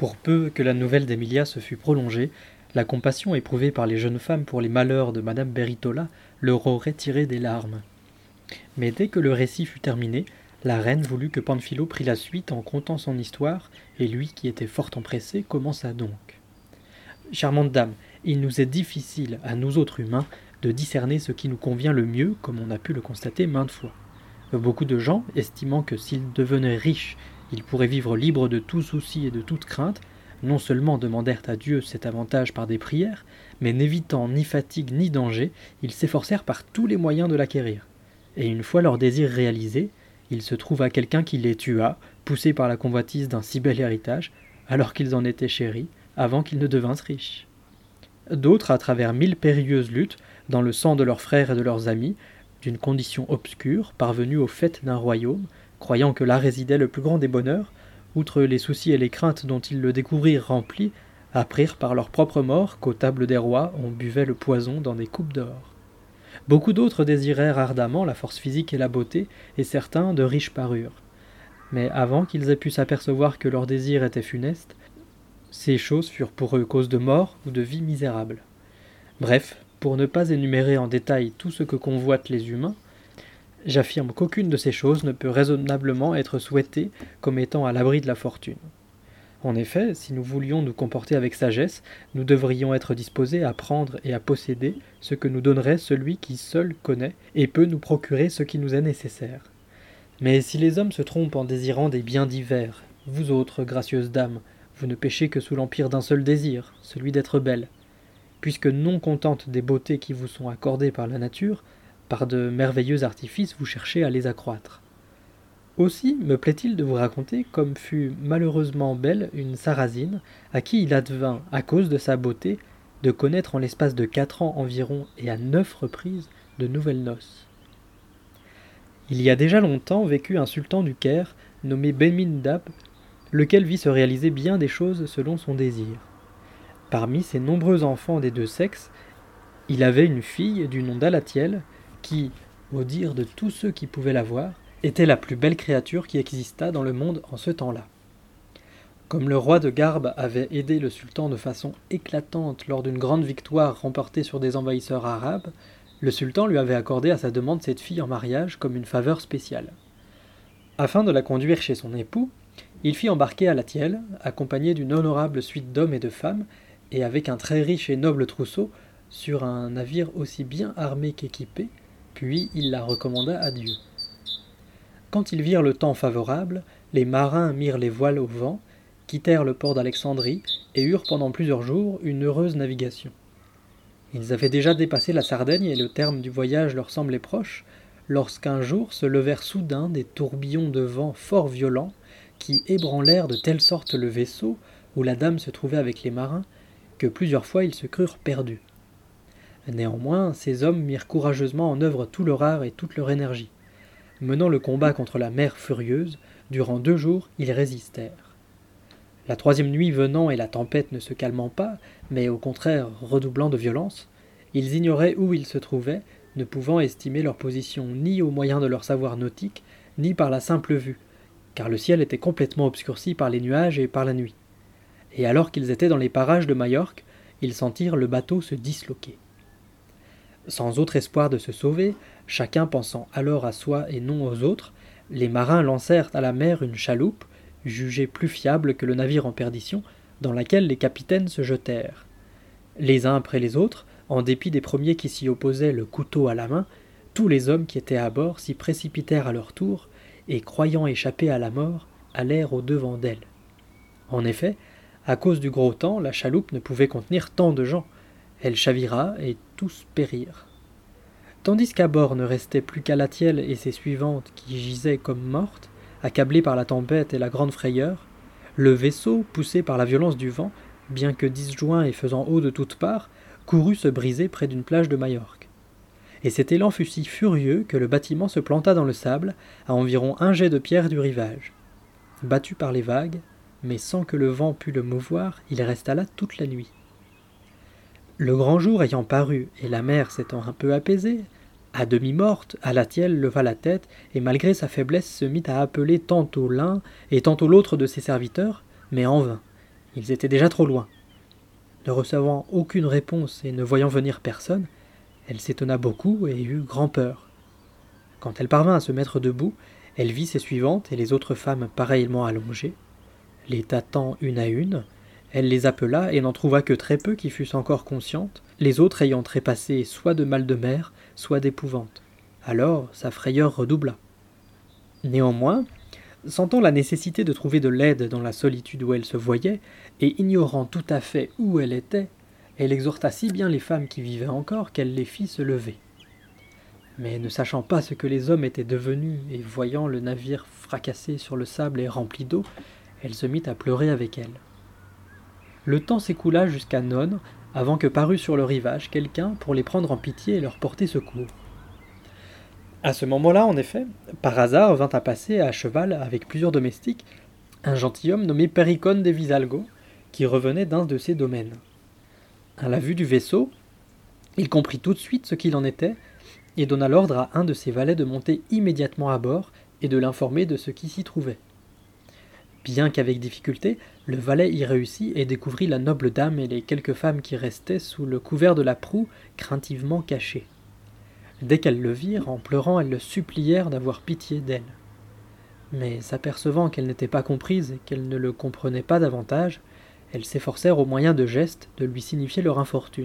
Pour peu que la nouvelle d'Emilia se fût prolongée, la compassion éprouvée par les jeunes femmes pour les malheurs de madame Beritola leur aurait tiré des larmes. Mais dès que le récit fut terminé, la reine voulut que Panfilo prît la suite en contant son histoire, et lui, qui était fort empressé, commença donc. Charmante dame, il nous est difficile, à nous autres humains, de discerner ce qui nous convient le mieux, comme on a pu le constater maintes fois. Beaucoup de gens, estimant que s'ils devenaient riches, ils pourraient vivre libres de tout souci et de toute crainte, non seulement demandèrent à Dieu cet avantage par des prières, mais n'évitant ni fatigue ni danger, ils s'efforcèrent par tous les moyens de l'acquérir. Et une fois leur désir réalisé, il se trouva quelqu'un qui les tua, poussés par la convoitise d'un si bel héritage, alors qu'ils en étaient chéris, avant qu'ils ne devinssent riches. D'autres, à travers 1000 périlleuses luttes, dans le sang de leurs frères et de leurs amis, d'une condition obscure, parvenus au fait d'un royaume, croyant que là résidait le plus grand des bonheurs, outre les soucis et les craintes dont ils le découvrirent rempli, apprirent par leur propre mort qu'aux tables des rois on buvait le poison dans des coupes d'or. Beaucoup d'autres désirèrent ardemment la force physique et la beauté, et certains de riches parures. Mais avant qu'ils aient pu s'apercevoir que leur désir était funeste, ces choses furent pour eux cause de mort ou de vie misérable. Bref, pour ne pas énumérer en détail tout ce que convoitent les humains, j'affirme qu'aucune de ces choses ne peut raisonnablement être souhaitée comme étant à l'abri de la fortune. En effet, si nous voulions nous comporter avec sagesse, nous devrions être disposés à prendre et à posséder ce que nous donnerait celui qui seul connaît et peut nous procurer ce qui nous est nécessaire. Mais si les hommes se trompent en désirant des biens divers, vous autres, gracieuses dames, vous ne péchez que sous l'empire d'un seul désir, celui d'être belle. Puisque non contente des beautés qui vous sont accordées par la nature, par de merveilleux artifices vous cherchez à les accroître. Aussi me plaît-il de vous raconter comme fut malheureusement belle une Sarrasine, à qui il advint, à cause de sa beauté, de connaître en l'espace de 4 ans environ et à 9 reprises de nouvelles noces. Il y a déjà longtemps vécut un sultan du Caire, nommé Bemindab, lequel vit se réaliser bien des choses selon son désir. Parmi ses nombreux enfants des deux sexes, il avait une fille du nom d'Alatiel, qui, au dire de tous ceux qui pouvaient la voir, était la plus belle créature qui existât dans le monde en ce temps-là. Comme le roi de Garbe avait aidé le sultan de façon éclatante lors d'une grande victoire remportée sur des envahisseurs arabes, le sultan lui avait accordé à sa demande cette fille en mariage comme une faveur spéciale. Afin de la conduire chez son époux, il fit embarquer Alatiel, accompagné d'une honorable suite d'hommes et de femmes, et avec un très riche et noble trousseau, sur un navire aussi bien armé qu'équipé, puis il la recommanda à Dieu. Quand ils virent le temps favorable, les marins mirent les voiles au vent, quittèrent le port d'Alexandrie et eurent pendant plusieurs jours une heureuse navigation. Ils avaient déjà dépassé la Sardaigne et le terme du voyage leur semblait proche, lorsqu'un jour se levèrent soudain des tourbillons de vent fort violents qui ébranlèrent de telle sorte le vaisseau où la dame se trouvait avec les marins que plusieurs fois ils se crurent perdus. Néanmoins, ces hommes mirent courageusement en œuvre tout leur art et toute leur énergie. Menant le combat contre la mer furieuse, durant 2 jours, ils résistèrent. La 3e nuit venant et la tempête ne se calmant pas, mais au contraire redoublant de violence, ils ignoraient où ils se trouvaient, ne pouvant estimer leur position ni au moyen de leur savoir nautique, ni par la simple vue, car le ciel était complètement obscurci par les nuages et par la nuit. Et alors qu'ils étaient dans les parages de Majorque, ils sentirent le bateau se disloquer. Sans autre espoir de se sauver, chacun pensant alors à soi et non aux autres, les marins lancèrent à la mer une chaloupe, jugée plus fiable que le navire en perdition, dans laquelle les capitaines se jetèrent. Les uns après les autres, en dépit des premiers qui s'y opposaient le couteau à la main, tous les hommes qui étaient à bord s'y précipitèrent à leur tour, et croyant échapper à la mort, allèrent au-devant d'elle. En effet, à cause du gros temps, la chaloupe ne pouvait contenir tant de gens. Elle chavira et tous périrent. Tandis qu'à bord ne restait plus qu'Alatiel et ses suivantes qui gisaient comme mortes, accablées par la tempête et la grande frayeur, le vaisseau, poussé par la violence du vent, bien que disjoint et faisant eau de toutes parts, courut se briser près d'une plage de Majorque. Et cet élan fut si furieux que le bâtiment se planta dans le sable, à environ 1 jet de pierre du rivage. Battu par les vagues, mais sans que le vent pût le mouvoir, il resta là toute la nuit. Le grand jour ayant paru et la mer s'étant un peu apaisée, à demi morte, Alatiel leva la tête et malgré sa faiblesse se mit à appeler tantôt l'un et tantôt l'autre de ses serviteurs, mais en vain. Ils étaient déjà trop loin. Ne recevant aucune réponse et ne voyant venir personne, elle s'étonna beaucoup et eut grand peur. Quand elle parvint à se mettre debout, elle vit ses suivantes et les autres femmes pareillement allongées. Les tâtant une à une, elle les appela et n'en trouva que très peu qui fussent encore conscientes, les autres ayant trépassé soit de mal de mer, soit d'épouvante. Alors sa frayeur redoubla. Néanmoins, sentant la nécessité de trouver de l'aide dans la solitude où elle se voyait, et ignorant tout à fait où elle était, elle exhorta si bien les femmes qui vivaient encore qu'elle les fit se lever. Mais ne sachant pas ce que les hommes étaient devenus, et voyant le navire fracassé sur le sable et rempli d'eau, elle se mit à pleurer avec elle. Le temps s'écoula jusqu'à none, avant que parût sur le rivage quelqu'un pour les prendre en pitié et leur porter secours. À ce moment-là, en effet, par hasard vint à passer à cheval avec plusieurs domestiques un gentilhomme nommé Péricone de Visalgo, qui revenait d'un de ses domaines. À la vue du vaisseau, il comprit tout de suite ce qu'il en était, et donna l'ordre à un de ses valets de monter immédiatement à bord et de l'informer de ce qui s'y trouvait. Bien qu'avec difficulté, le valet y réussit et découvrit la noble dame et les quelques femmes qui restaient sous le couvert de la proue, craintivement cachées. Dès qu'elles le virent, en pleurant, elles le supplièrent d'avoir pitié d'elle. Mais s'apercevant qu'elle n'était pas comprise et qu'elle ne le comprenait pas davantage, elles s'efforcèrent au moyen de gestes de lui signifier leur infortune.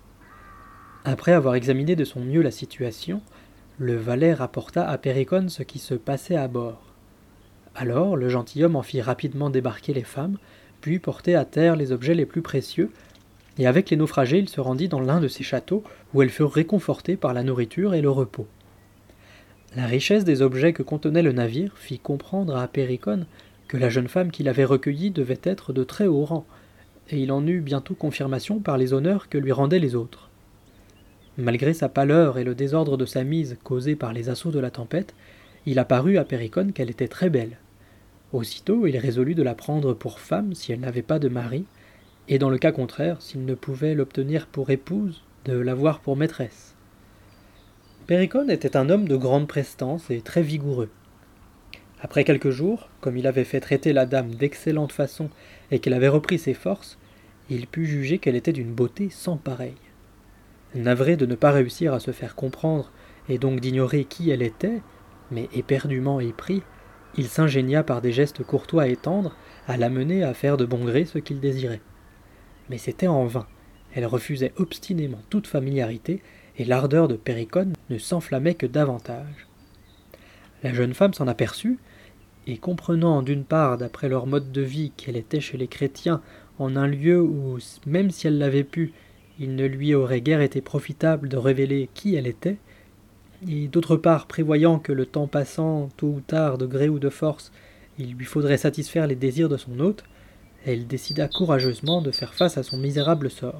Après avoir examiné de son mieux la situation, le valet rapporta à Péricone ce qui se passait à bord. Alors le gentilhomme en fit rapidement débarquer les femmes, puis porter à terre les objets les plus précieux, et avec les naufragés il se rendit dans l'un de ces châteaux où elles furent réconfortées par la nourriture et le repos. La richesse des objets que contenait le navire fit comprendre à Péricone que la jeune femme qui l'avait recueillie devait être de très haut rang, et il en eut bientôt confirmation par les honneurs que lui rendaient les autres. Malgré sa pâleur et le désordre de sa mise causé par les assauts de la tempête, il apparut à Péricone qu'elle était très belle. Aussitôt, il résolut de la prendre pour femme si elle n'avait pas de mari, et dans le cas contraire, s'il ne pouvait l'obtenir pour épouse, de l'avoir pour maîtresse. Péricone était un homme de grande prestance et très vigoureux. Après quelques jours, comme il avait fait traiter la dame d'excellente façon et qu'elle avait repris ses forces, il put juger qu'elle était d'une beauté sans pareille. Navré de ne pas réussir à se faire comprendre et donc d'ignorer qui elle était, mais éperdument épris, il s'ingénia par des gestes courtois et tendres à l'amener à faire de bon gré ce qu'il désirait. Mais c'était en vain, elle refusait obstinément toute familiarité, et l'ardeur de Péricone ne s'enflammait que davantage. La jeune femme s'en aperçut, et comprenant d'une part d'après leur mode de vie qu'elle était chez les chrétiens en un lieu où, même si elle l'avait pu, il ne lui aurait guère été profitable de révéler qui elle était, et d'autre part prévoyant que le temps passant, tôt ou tard, de gré ou de force, il lui faudrait satisfaire les désirs de son hôte, elle décida courageusement de faire face à son misérable sort.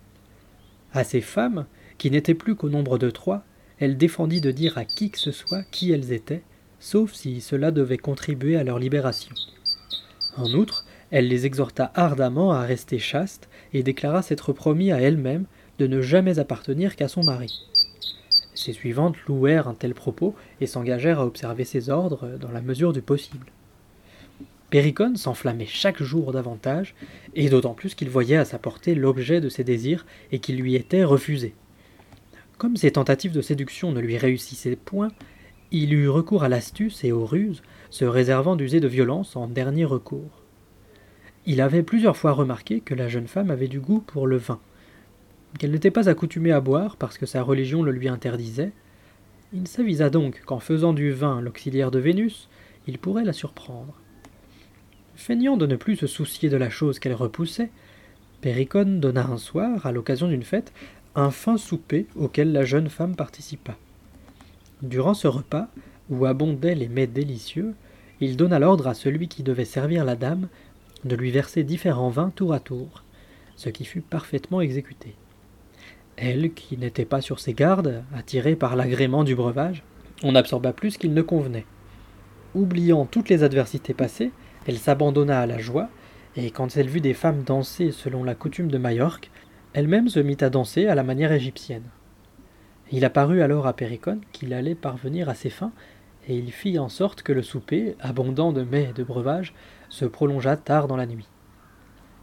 À ces femmes, qui n'étaient plus qu'au nombre de 3, elle défendit de dire à qui que ce soit qui elles étaient, sauf si cela devait contribuer à leur libération. En outre, elle les exhorta ardemment à rester chastes et déclara s'être promis à elle-même de ne jamais appartenir qu'à son mari. Ses suivantes louèrent un tel propos et s'engagèrent à observer ses ordres dans la mesure du possible. Péricone s'enflammait chaque jour davantage, et d'autant plus qu'il voyait à sa portée l'objet de ses désirs et qu'il lui était refusé. Comme ses tentatives de séduction ne lui réussissaient point, il eut recours à l'astuce et aux ruses, se réservant d'user de violence en dernier recours. Il avait plusieurs fois remarqué que la jeune femme avait du goût pour le vin, qu'elle n'était pas accoutumée à boire parce que sa religion le lui interdisait. Il s'avisa donc qu'en faisant du vin l'auxiliaire de Vénus, il pourrait la surprendre. Feignant de ne plus se soucier de la chose qu'elle repoussait, Péricone donna un soir, à l'occasion d'une fête, un fin souper auquel la jeune femme participa. Durant ce repas, où abondaient les mets délicieux, il donna l'ordre à celui qui devait servir la dame de lui verser différents vins tour à tour, ce qui fut parfaitement exécuté. Elle, qui n'était pas sur ses gardes, attirée par l'agrément du breuvage, en absorba plus qu'il ne convenait. Oubliant toutes les adversités passées, elle s'abandonna à la joie, et quand elle vit des femmes danser selon la coutume de Majorque, elle-même se mit à danser à la manière égyptienne. Il apparut alors à Péricone qu'il allait parvenir à ses fins, et il fit en sorte que le souper, abondant de mets et de breuvages, se prolongea tard dans la nuit.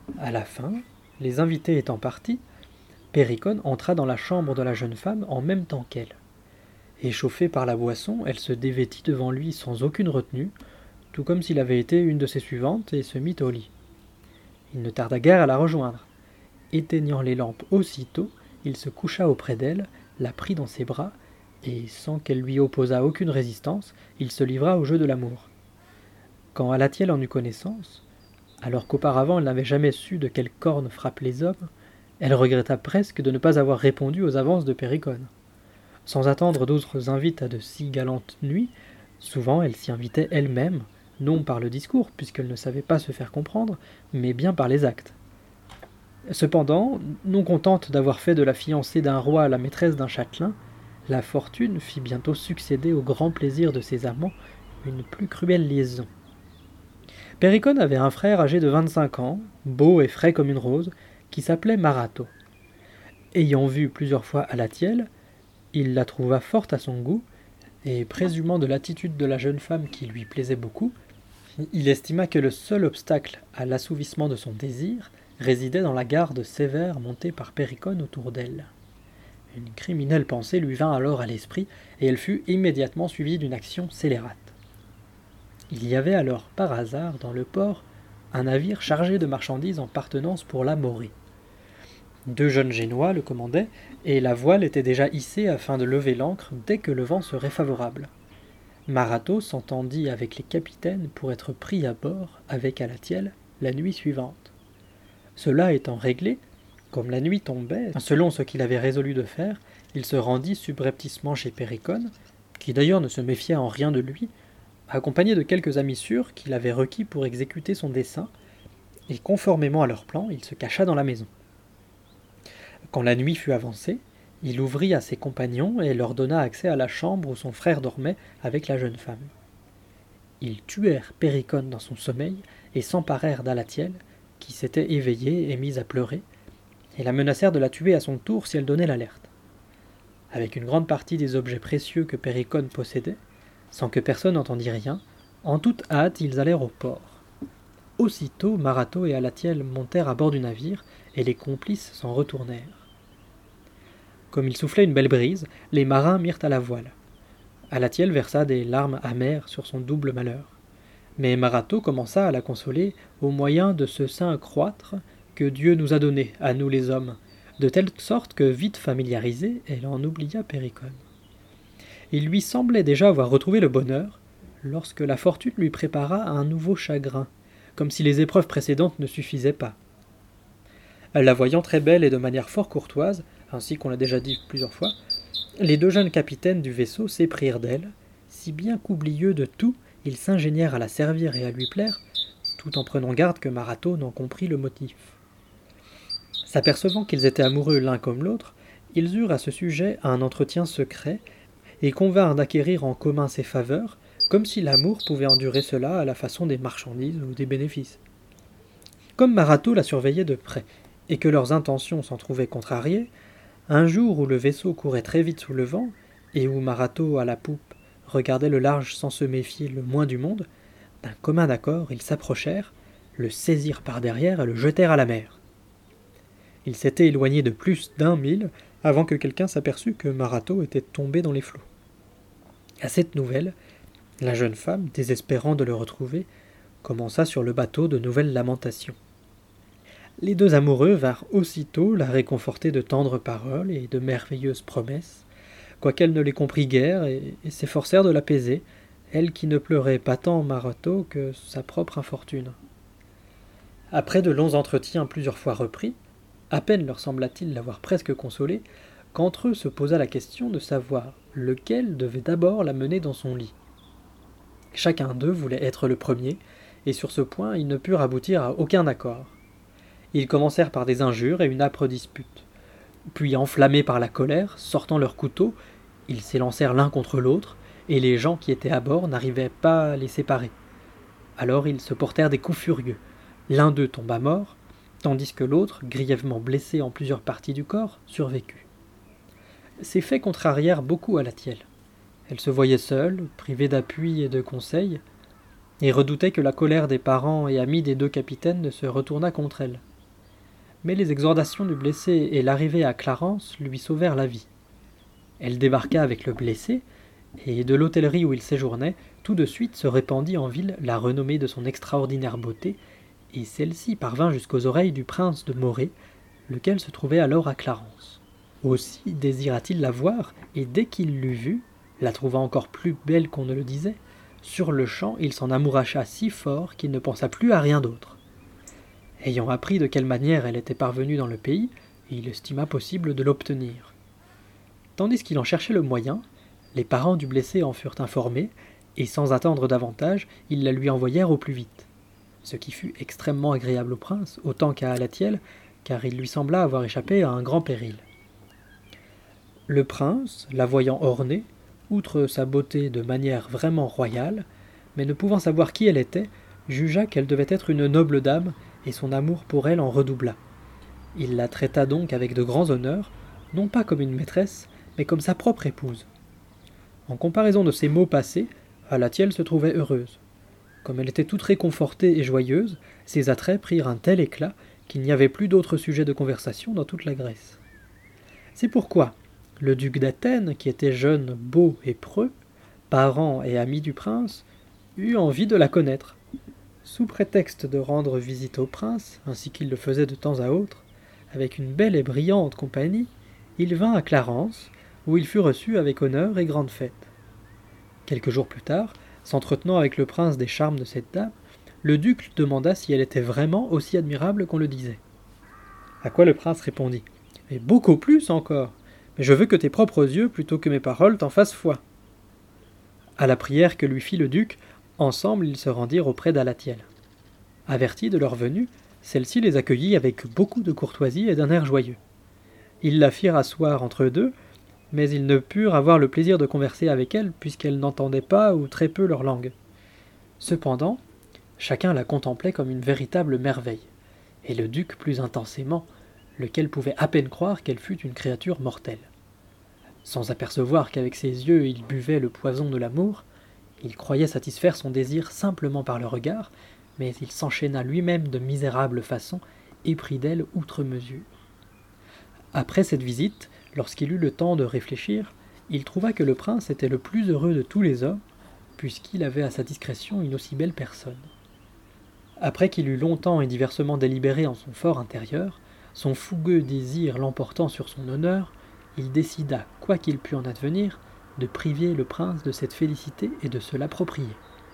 À la fin, les invités étant partis, Péricone entra dans la chambre de la jeune femme en même temps qu'elle. Échauffée par la boisson, elle se dévêtit devant lui sans aucune retenue, tout comme s'il avait été une de ses suivantes, et se mit au lit. Il ne tarda guère à la rejoindre. Éteignant les lampes aussitôt, il se coucha auprès d'elle, la prit dans ses bras, et sans qu'elle lui opposât aucune résistance, il se livra au jeu de l'amour. Quand Alatiel en eut connaissance, alors qu'auparavant elle n'avait jamais su de quelle corne frappent les hommes, elle regretta presque de ne pas avoir répondu aux avances de Péricone. Sans attendre d'autres invites à de si galantes nuits, souvent elle s'y invitait elle-même, non par le discours, puisqu'elle ne savait pas se faire comprendre, mais bien par les actes. Cependant, non contente d'avoir fait de la fiancée d'un roi la maîtresse d'un châtelain, la fortune fit bientôt succéder au grand plaisir de ses amants une plus cruelle liaison. Péricone avait un frère âgé de 25 ans, beau et frais comme une rose, qui s'appelait Marato. Ayant vu plusieurs fois Alatiel, il la trouva fort à son goût, et présumant de l'attitude de la jeune femme qui lui plaisait beaucoup, il estima que le seul obstacle à l'assouvissement de son désir résidait dans la garde sévère montée par Péricone autour d'elle. Une criminelle pensée lui vint alors à l'esprit, et elle fut immédiatement suivie d'une action scélérate. Il y avait alors, par hasard, dans le port, un navire chargé de marchandises en partance pour la Morée. 2 jeunes Génois le commandaient, et la voile était déjà hissée afin de lever l'ancre dès que le vent serait favorable. Marato s'entendit avec les capitaines pour être pris à bord avec Alatiel la nuit suivante. Cela étant réglé, comme la nuit tombait, selon ce qu'il avait résolu de faire, il se rendit subrepticement chez Péricone, qui d'ailleurs ne se méfiait en rien de lui, accompagné de quelques amis sûrs qu'il avait requis pour exécuter son dessein, et conformément à leur plan, il se cacha dans la maison. Quand la nuit fut avancée, il ouvrit à ses compagnons et leur donna accès à la chambre où son frère dormait avec la jeune femme. Ils tuèrent Péricone dans son sommeil et s'emparèrent d'Alatiel, qui s'était éveillée et mise à pleurer, et la menacèrent de la tuer à son tour si elle donnait l'alerte. Avec une grande partie des objets précieux que Péricone possédait, sans que personne n'entendît rien, en toute hâte ils allèrent au port. Aussitôt Marato et Alatiel montèrent à bord du navire, et les complices s'en retournèrent. Comme il soufflait une belle brise, les marins mirent à la voile. Alatiel versa des larmes amères sur son double malheur. Mais Marato commença à la consoler au moyen de ce saint croître que Dieu nous a donné, à nous les hommes, de telle sorte que, vite familiarisée, elle en oublia Péricone. Il lui semblait déjà avoir retrouvé le bonheur, lorsque la fortune lui prépara un nouveau chagrin, comme si les épreuves précédentes ne suffisaient pas. La voyant très belle et de manière fort courtoise, ainsi qu'on l'a déjà dit plusieurs fois, les 2 jeunes capitaines du vaisseau s'éprirent d'elle, si bien qu'oublieux de tout, ils s'ingénièrent à la servir et à lui plaire, tout en prenant garde que Marato n'en comprît le motif. S'apercevant qu'ils étaient amoureux l'un comme l'autre, ils eurent à ce sujet un entretien secret, et convinrent d'acquérir en commun ses faveurs, comme si l'amour pouvait endurer cela à la façon des marchandises ou des bénéfices. Comme Marato la surveillait de près, et que leurs intentions s'en trouvaient contrariées, un jour où le vaisseau courait très vite sous le vent, et où Marato, à la poupe, regardait le large sans se méfier le moins du monde, d'un commun accord, ils s'approchèrent, le saisirent par derrière et le jetèrent à la mer. Ils s'étaient éloignés de plus d'1 mille avant que quelqu'un s'aperçût que Marato était tombé dans les flots. À cette nouvelle, la jeune femme, désespérant de le retrouver, commença sur le bateau de nouvelles lamentations. Les 2 amoureux vinrent aussitôt la réconforter de tendres paroles et de merveilleuses promesses, quoiqu'elle ne les comprît guère, et s'efforcèrent de l'apaiser, elle qui ne pleurait pas tant Marato que sa propre infortune. Après de longs entretiens plusieurs fois repris, à peine leur sembla-t-il l'avoir presque consolée, qu'entre eux se posa la question de savoir lequel devait d'abord la mener dans son lit. Chacun d'eux voulait être le premier, et sur ce point ils ne purent aboutir à aucun accord. Ils commencèrent par des injures et une âpre dispute. Puis, enflammés par la colère, sortant leurs couteaux, ils s'élancèrent l'un contre l'autre, et les gens qui étaient à bord n'arrivaient pas à les séparer. Alors ils se portèrent des coups furieux. L'un d'eux tomba mort, tandis que l'autre, grièvement blessé en plusieurs parties du corps, survécut. Ces faits contrarièrent beaucoup Alatiel. Elle se voyait seule, privée d'appui et de conseils, et redoutait que la colère des parents et amis des 2 capitaines ne se retournât contre elle. mais les exhortations du blessé et l'arrivée à Clarence lui sauvèrent la vie. Elle débarqua avec le blessé, et de l'hôtellerie où il séjournait, tout de suite se répandit en ville la renommée de son extraordinaire beauté, et celle-ci parvint jusqu'aux oreilles du prince de Morée, lequel se trouvait alors à Clarence. Aussi désira-t-il la voir, et dès qu'il l'eut vue, la trouva encore plus belle qu'on ne le disait, sur-le-champ il s'en amouracha si fort qu'il ne pensa plus à rien d'autre. Ayant appris de quelle manière elle était parvenue dans le pays, il estima possible de l'obtenir. Tandis qu'il en cherchait le moyen, les parents du blessé en furent informés, et sans attendre davantage, ils la lui envoyèrent au plus vite. Ce qui fut extrêmement agréable au prince, autant qu'à Alatiel, car il lui sembla avoir échappé à un grand péril. Le prince, la voyant ornée, outre sa beauté de manière vraiment royale, mais ne pouvant savoir qui elle était, jugea qu'elle devait être une noble dame, et son amour pour elle en redoubla. Il la traita donc avec de grands honneurs, non pas comme une maîtresse, mais comme sa propre épouse. En comparaison de ces mots passés, Alatiel se trouvait heureuse. Comme elle était toute réconfortée et joyeuse, ses attraits prirent un tel éclat qu'il n'y avait plus d'autre sujet de conversation dans toute la Grèce. C'est pourquoi le duc d'Athènes, qui était jeune, beau et preux, parent et ami du prince, eut envie de la connaître. Sous prétexte de rendre visite au prince, ainsi qu'il le faisait de temps à autre, avec une belle et brillante compagnie, il vint à Clarence, où il fut reçu avec honneur et grande fête. Quelques jours plus tard, s'entretenant avec le prince des charmes de cette dame, le duc lui demanda si elle était vraiment aussi admirable qu'on le disait. À quoi le prince répondit « Mais beaucoup plus encore, mais je veux que tes propres yeux, plutôt que mes paroles, t'en fassent foi. » À la prière que lui fit le duc, ensemble ils se rendirent auprès d'Alatiel. Avertis de leur venue, celle-ci les accueillit avec beaucoup de courtoisie et d'un air joyeux. Ils la firent asseoir entre eux deux, mais ils ne purent avoir le plaisir de converser avec elle, puisqu'elle n'entendait pas ou très peu leur langue. Cependant, chacun la contemplait comme une véritable merveille, et le duc plus intensément, lequel pouvait à peine croire qu'elle fût une créature mortelle. Sans apercevoir qu'avec ses yeux il buvait le poison de l'amour, il croyait satisfaire son désir simplement par le regard, mais il s'enchaîna lui-même de misérable façon, épris d'elle outre mesure. Après cette visite, lorsqu'il eut le temps de réfléchir, il trouva que le prince était le plus heureux de tous les hommes, puisqu'il avait à sa discrétion une aussi belle personne. Après qu'il eut longtemps et diversement délibéré en son fort intérieur, son fougueux désir l'emportant sur son honneur, il décida, quoi qu'il pût en advenir, de priver le prince de cette félicité et de se l'approprier.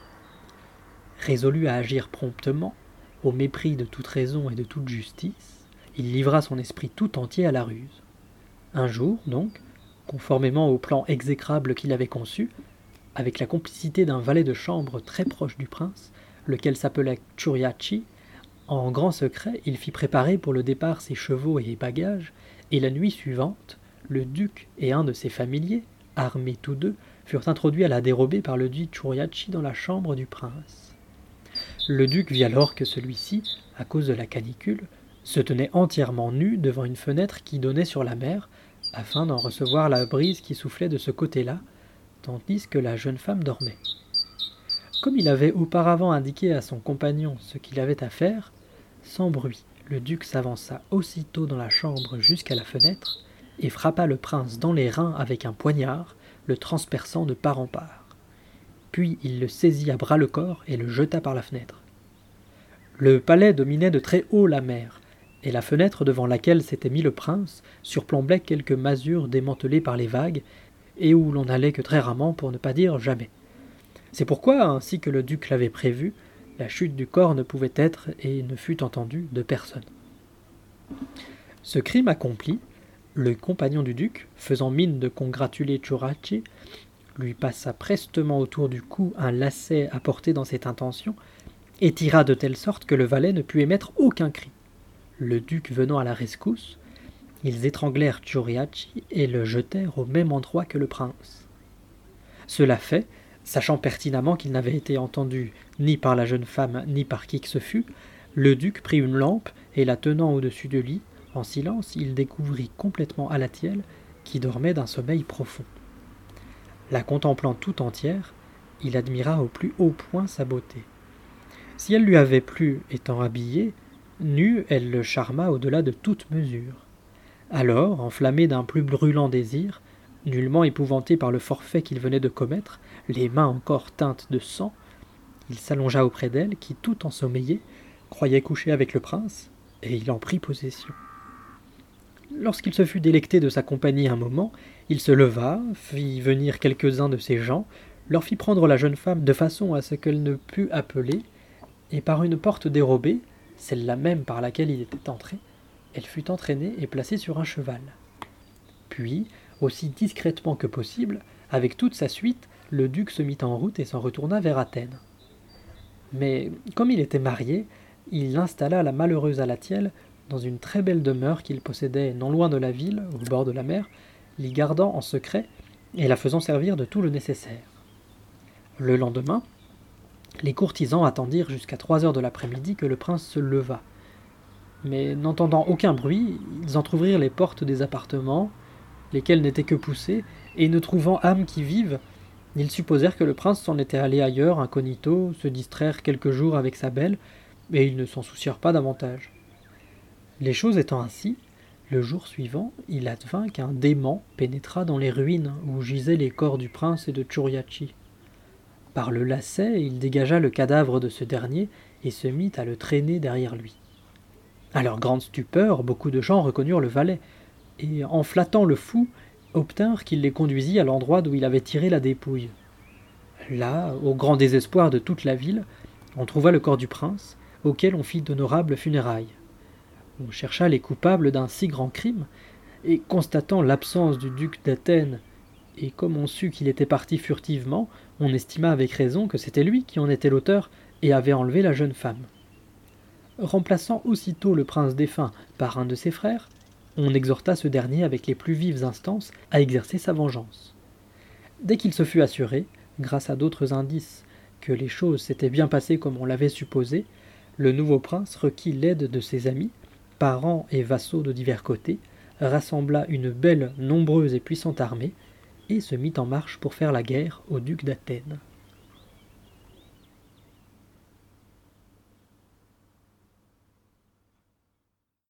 Résolu à agir promptement, au mépris de toute raison et de toute justice, il livra son esprit tout entier à la ruse. Un jour, donc, conformément au plan exécrable qu'il avait conçu, avec la complicité d'un valet de chambre très proche du prince, lequel s'appelait Ciuriaci, en grand secret, il fit préparer pour le départ ses chevaux et bagages, et la nuit suivante, le duc et un de ses familiers, armés tous deux, furent introduits à la dérobée par le duc Ciuriaci dans la chambre du prince. Le duc vit alors que celui-ci, à cause de la canicule, se tenait entièrement nu devant une fenêtre qui donnait sur la mer, afin d'en recevoir la brise qui soufflait de ce côté-là, tandis que la jeune femme dormait. Comme il avait auparavant indiqué à son compagnon ce qu'il avait à faire, sans bruit, le duc s'avança aussitôt dans la chambre jusqu'à la fenêtre et frappa le prince dans les reins avec un poignard, le transperçant de part en part. Puis il le saisit à bras-le-corps et le jeta par la fenêtre. Le palais dominait de très haut la mer, et la fenêtre devant laquelle s'était mis le prince surplombait quelques masures démantelées par les vagues, et où l'on n'allait que très rarement pour ne pas dire jamais. C'est pourquoi, ainsi que le duc l'avait prévu, la chute du corps ne pouvait être et ne fut entendue de personne. Ce crime accompli, le compagnon du duc, faisant mine de congratuler Ciuriaci, lui passa prestement autour du cou un lacet apporté dans cette intention, et tira de telle sorte que le valet ne put émettre aucun cri. Le duc venant à la rescousse, ils étranglèrent Ciuriaci et le jetèrent au même endroit que le prince. Cela fait, sachant pertinemment qu'il n'avait été entendu ni par la jeune femme ni par qui que ce fût, le duc prit une lampe et la tenant au-dessus de lui, en silence, il découvrit complètement Alatiel qui dormait d'un sommeil profond. La contemplant tout entière, il admira au plus haut point sa beauté. Si elle lui avait plu étant habillée, Nue, elle le charma au-delà de toute mesure. Alors, enflammé d'un plus brûlant désir, nullement épouvanté par le forfait qu'il venait de commettre, les mains encore teintes de sang, il s'allongea auprès d'elle, qui, tout ensommeillée, croyait coucher avec le prince, et il en prit possession. Lorsqu'il se fut délecté de sa compagnie un moment, il se leva, fit venir quelques-uns de ses gens, leur fit prendre la jeune femme de façon à ce qu'elle ne pût appeler, et par une porte dérobée, celle-là même par laquelle il était entré, elle fut entraînée et placée sur un cheval. Puis, aussi discrètement que possible, avec toute sa suite, le duc se mit en route et s'en retourna vers Athènes. Mais, comme il était marié, il installa la malheureuse Alatiel dans une très belle demeure qu'il possédait non loin de la ville, au bord de la mer, l'y gardant en secret et la faisant servir de tout le nécessaire. Le lendemain, les courtisans attendirent jusqu'à 3 heures de l'après-midi que le prince se levât. Mais n'entendant aucun bruit, ils entr'ouvrirent les portes des appartements, lesquels n'étaient que poussés, et ne trouvant âme qui vive, ils supposèrent que le prince s'en était allé ailleurs, incognito, se distraire quelques jours avec sa belle, et ils ne s'en soucièrent pas davantage. Les choses étant ainsi, le jour suivant, il advint qu'un dément pénétra dans les ruines où gisaient les corps du prince et de Tchouriachi. Par le lacet, il dégagea le cadavre de ce dernier et se mit à le traîner derrière lui. À leur grande stupeur, beaucoup de gens reconnurent le valet, et, en flattant le fou, obtinrent qu'il les conduisit à l'endroit d'où il avait tiré la dépouille. Là, au grand désespoir de toute la ville, on trouva le corps du prince, auquel on fit d'honorables funérailles. On chercha les coupables d'un si grand crime, et constatant l'absence du duc d'Athènes, et comme on sut qu'il était parti furtivement, on estima avec raison que c'était lui qui en était l'auteur et avait enlevé la jeune femme. Remplaçant aussitôt le prince défunt par un de ses frères, on exhorta ce dernier avec les plus vives instances à exercer sa vengeance. Dès qu'il se fut assuré, grâce à d'autres indices, que les choses s'étaient bien passées comme on l'avait supposé, le nouveau prince requit l'aide de ses amis, parents et vassaux de divers côtés, rassembla une belle, nombreuse et puissante armée, et se mit en marche pour faire la guerre au duc d'Athènes.